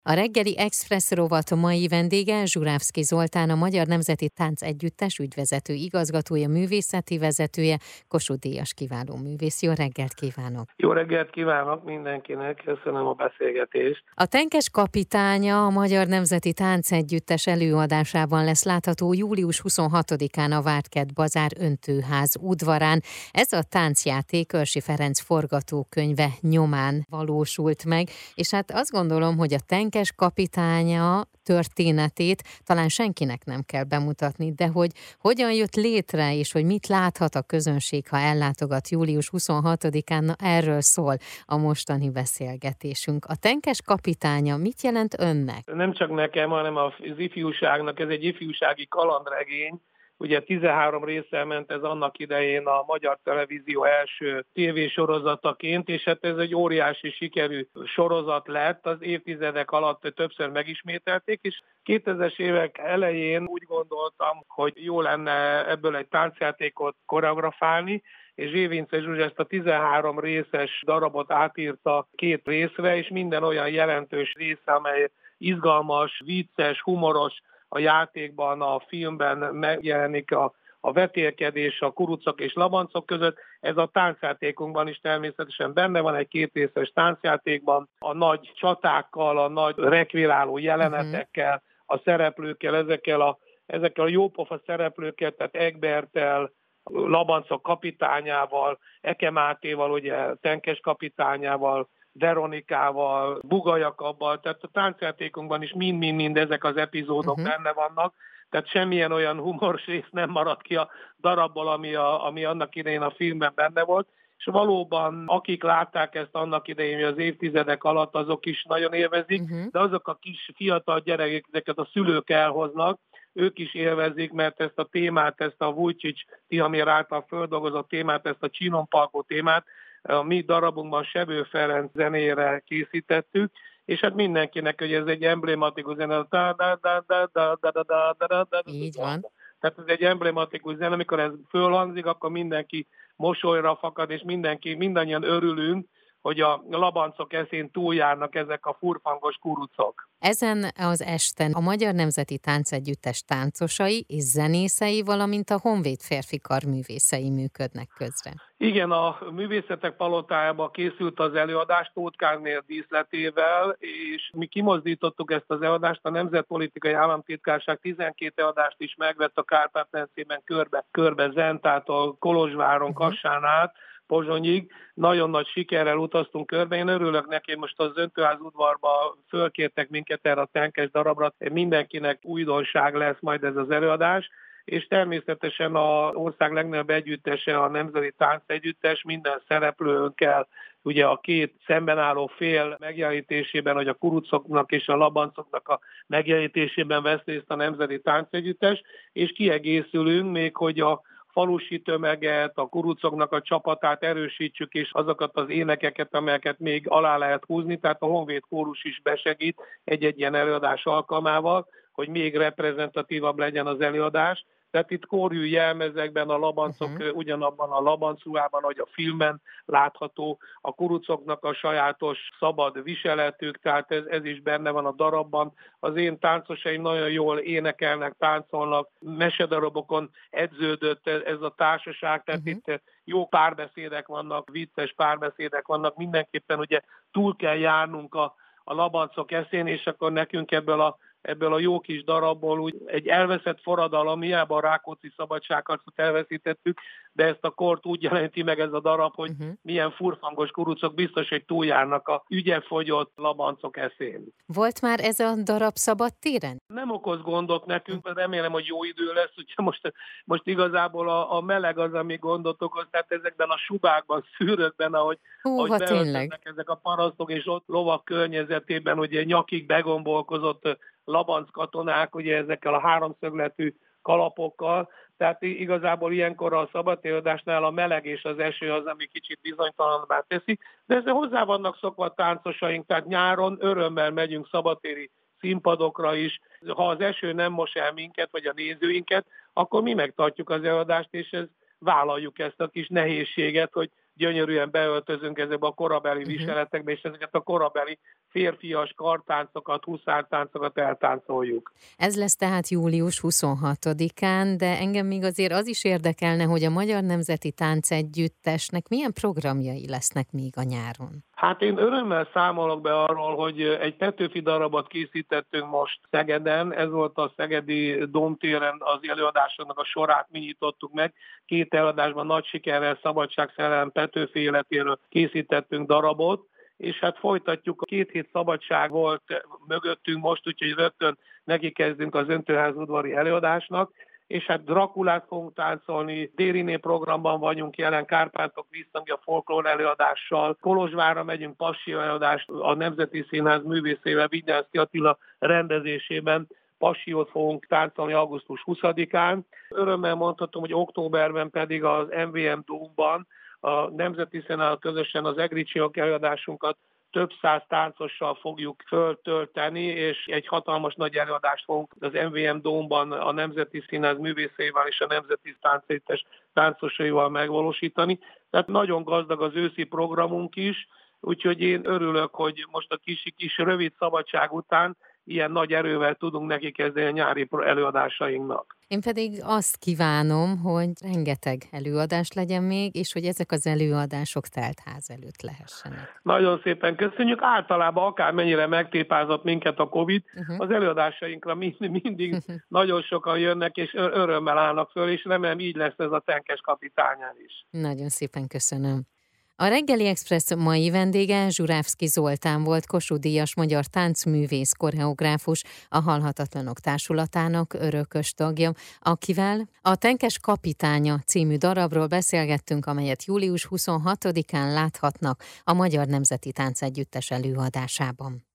A reggeli Express rovat mai vendége Zsurávszky Zoltán, a Magyar Nemzeti Táncegyüttes ügyvezető igazgatója, művészeti vezetője, Kossuth-díjas kiváló művész. Jó reggelt kívánok! Jó reggelt kívánok mindenkinek, köszönöm a beszélgetést. A Tenkes kapitánya a Magyar Nemzeti Táncegyüttes előadásában lesz látható július 26-án a Vártkert Bazár Öntőház udvarán. Ez a táncjáték Eörsi Ferenc forgatókönyve nyomán valósult meg, és hát azt gondolom, hogy a Tenkes kapitánya történetét talán senkinek nem kell bemutatni, de hogy hogyan jött létre, és hogy mit láthat a közönség, ha ellátogat július 26-án, na erről szól a mostani beszélgetésünk. A Tenkes kapitánya mit jelent önnek? Nem csak nekem, hanem az ifjúságnak, ez egy ifjúsági kalandregény. Ugye 13 résszel ment ez annak idején a Magyar Televízió első tévésorozataként, és hát ez egy óriási sikerű sorozat lett, az évtizedek alatt többször megismételték, és 2000-es évek elején úgy gondoltam, hogy jó lenne ebből egy táncjátékot koreografálni, és Zsévince Zsuzsa ezt a 13 részes darabot átírta 2 részre, és minden olyan jelentős része, amely izgalmas, vicces, humoros, a játékban, a filmben megjelenik a vetélkedés a kurucok és labancok között. Ez a táncjátékunkban is természetesen benne van, egy 2 részes táncjátékban, a nagy csatákkal, a nagy rekviráló jelenetekkel, a szereplőkkel, ezekkel a jópofa szereplőkkel, tehát Egberttel, labancok kapitányával, Eke Mátéval, ugye Tenkes kapitányával, Veronikával, Buga Jakabbal, tehát a táncjátékunkban is mind ezek az epizódok benne vannak, tehát semmilyen olyan humoros rész nem maradt ki a darabból, ami annak idején a filmben benne volt, és valóban akik látták ezt annak idején az évtizedek alatt, azok is nagyon élvezik, de azok a kis fiatal gyerekek, ezeket a szülők elhoznak, ők is élvezik, mert ezt a témát, ezt a Vujcic Tihamir által földolgozott témát, ezt a Csinompalkó témát a mi darabunkban Sebő Ferenc zenére készítettük, és hát mindenkinek, hogy ez egy emblematikus zene, Így van. tehát ez egy emblematikus zene, amikor ez fölhangzik, akkor mindenki mosolyra fakad, és mindannyian örülünk, hogy a labancok eszén túljárnak ezek a furfangos kurucok. Ezen az esten a Magyar Nemzeti Táncegyüttes táncosai és zenészei, valamint a Honvéd férfi kar művészei működnek közre. Igen, a Művészetek Palotájában készült az előadás Tóth Kázmér díszletével, és mi kimozdítottuk ezt az előadást, a Nemzetpolitikai Államtitkárság 12 előadást is megvett a Kárpát-medencében körbe Zentától, Kolozsváron, Kassán át, Pozsonyig. Nagyon nagy sikerrel utaztunk körbe. Én örülök neki, most az Öntőház udvarba fölkértek minket erre a Tenkes darabra. Mindenkinek újdonság lesz majd ez az előadás, és természetesen az ország legnagyobb együttese, a Nemzeti Táncegyüttes minden szereplőnkkel, ugye a 2 szemben álló fél megjelenítésében, hogy a kurucoknak és a labancoknak a megjelenítésében vesz részt a Nemzeti Táncegyüttes, és kiegészülünk még, hogy a falusi tömeget, a kurucoknak a csapatát erősítsük, és azokat az énekeket, amelyeket még alá lehet húzni, tehát a Honvéd kórus is besegít egy-egy ilyen előadás alkalmával, hogy még reprezentatívabb legyen az előadás. Tehát itt kórű jelmezekben a labancok ugyanabban a labancruhában, ahogy a filmen látható, a kurucoknak a sajátos szabad viseletük, tehát ez is benne van a darabban. Az én táncosaim nagyon jól énekelnek, táncolnak, mesedarabokon edződött ez a társaság, tehát itt jó párbeszédek vannak, vicces párbeszédek vannak, mindenképpen ugye túl kell járnunk a labancok eszén, és akkor nekünk ebből a jó kis darabból úgy egy elveszett forradalom, hiába a Rákóczi szabadságharcot elveszítettük, de ezt a kort úgy jelenti meg ez a darab, hogy milyen furfangos kurucok biztos, hogy túljárnak a ügyefogyott labancok eszén. Volt már ez a darab szabad téren? Nem okoz gondot nekünk, remélem, hogy jó idő lesz, úgyhogy most igazából a meleg az, ami gondot okoz, tehát ezekben a subákban, szűrökben, ahogy beöltöznek ezek a parasztok, és ott lovak környezetében ugye nyakig begombolkozott labanckatonák, ugye ezekkel a háromszögletű kalapokkal, tehát igazából ilyenkor a szabadtéradásnál a meleg és az eső az, ami kicsit bizonytalanabbá teszi, de ezzel hozzá vannak szokva a táncosaink, tehát nyáron örömmel megyünk szabadtéri színpadokra is. Ha az eső nem mos el minket, vagy a nézőinket, akkor mi megtartjuk az előadást, és vállaljuk ezt a kis nehézséget, hogy gyönyörűen beöltözünk ezekbe a korabeli Uh-huh. viseletekbe, és ezeket a korabeli férfias kartáncokat, huszártáncokat eltáncoljuk. Ez lesz tehát július 26-án, de engem még azért az is érdekelne, hogy a Magyar Nemzeti Táncegyüttesnek milyen programjai lesznek még a nyáron. Hát én örömmel számolok be arról, hogy egy Petőfi darabot készítettünk most Szegeden, ez volt a szegedi Dómtéren az előadásoknak a sorát mi nyitottuk meg. 2 előadásban nagy sikerrel Szabadságszerelem Petőfi életéről készítettünk darabot, és hát folytatjuk, 2 hét szabadság volt mögöttünk most, úgyhogy rögtön neki kezdünk az Öntőház udvari előadásnak, és hát Drakulát fogunk táncolni, Dériné programban vagyunk jelen, Kárpátok visszhangja folklór előadással, Kolozsvárra megyünk passió előadást a Nemzeti Színház művészével, Vignyánszky Attila rendezésében, passiót fogunk táncolni augusztus 20-án. Örömmel mondhatom, hogy októberben pedig az MVM Dómban a Nemzeti Színnel közösen az Egricsiak előadásunkat több száz táncossal fogjuk föltölteni, és egy hatalmas nagy előadást fogunk az MVM Dómban a Nemzeti Színház művészével és a Nemzeti Táncegyüttes táncosaival megvalósítani. Tehát nagyon gazdag az őszi programunk is, úgyhogy én örülök, hogy most a kis rövid szabadság után ilyen nagy erővel tudunk neki kezdeni a nyári előadásainknak. Én pedig azt kívánom, hogy rengeteg előadás legyen még, és hogy ezek az előadások teltház előtt lehessenek. Nagyon szépen köszönjük. Általában akármennyire megtépázott minket a Covid, az előadásainkra mindig nagyon sokan jönnek, és örömmel állnak föl, és remélem így lesz ez a Tenkes kapitányán is. Nagyon szépen köszönöm. A Reggeli Express mai vendége Zsurávszky Zoltán volt, Kossuth-díjas magyar táncművész, koreográfus, a Halhatatlanok Társulatának örökös tagja, akivel a Tenkes kapitánya című darabról beszélgettünk, amelyet július 26-án láthatnak a Magyar Nemzeti Táncegyüttes előadásában.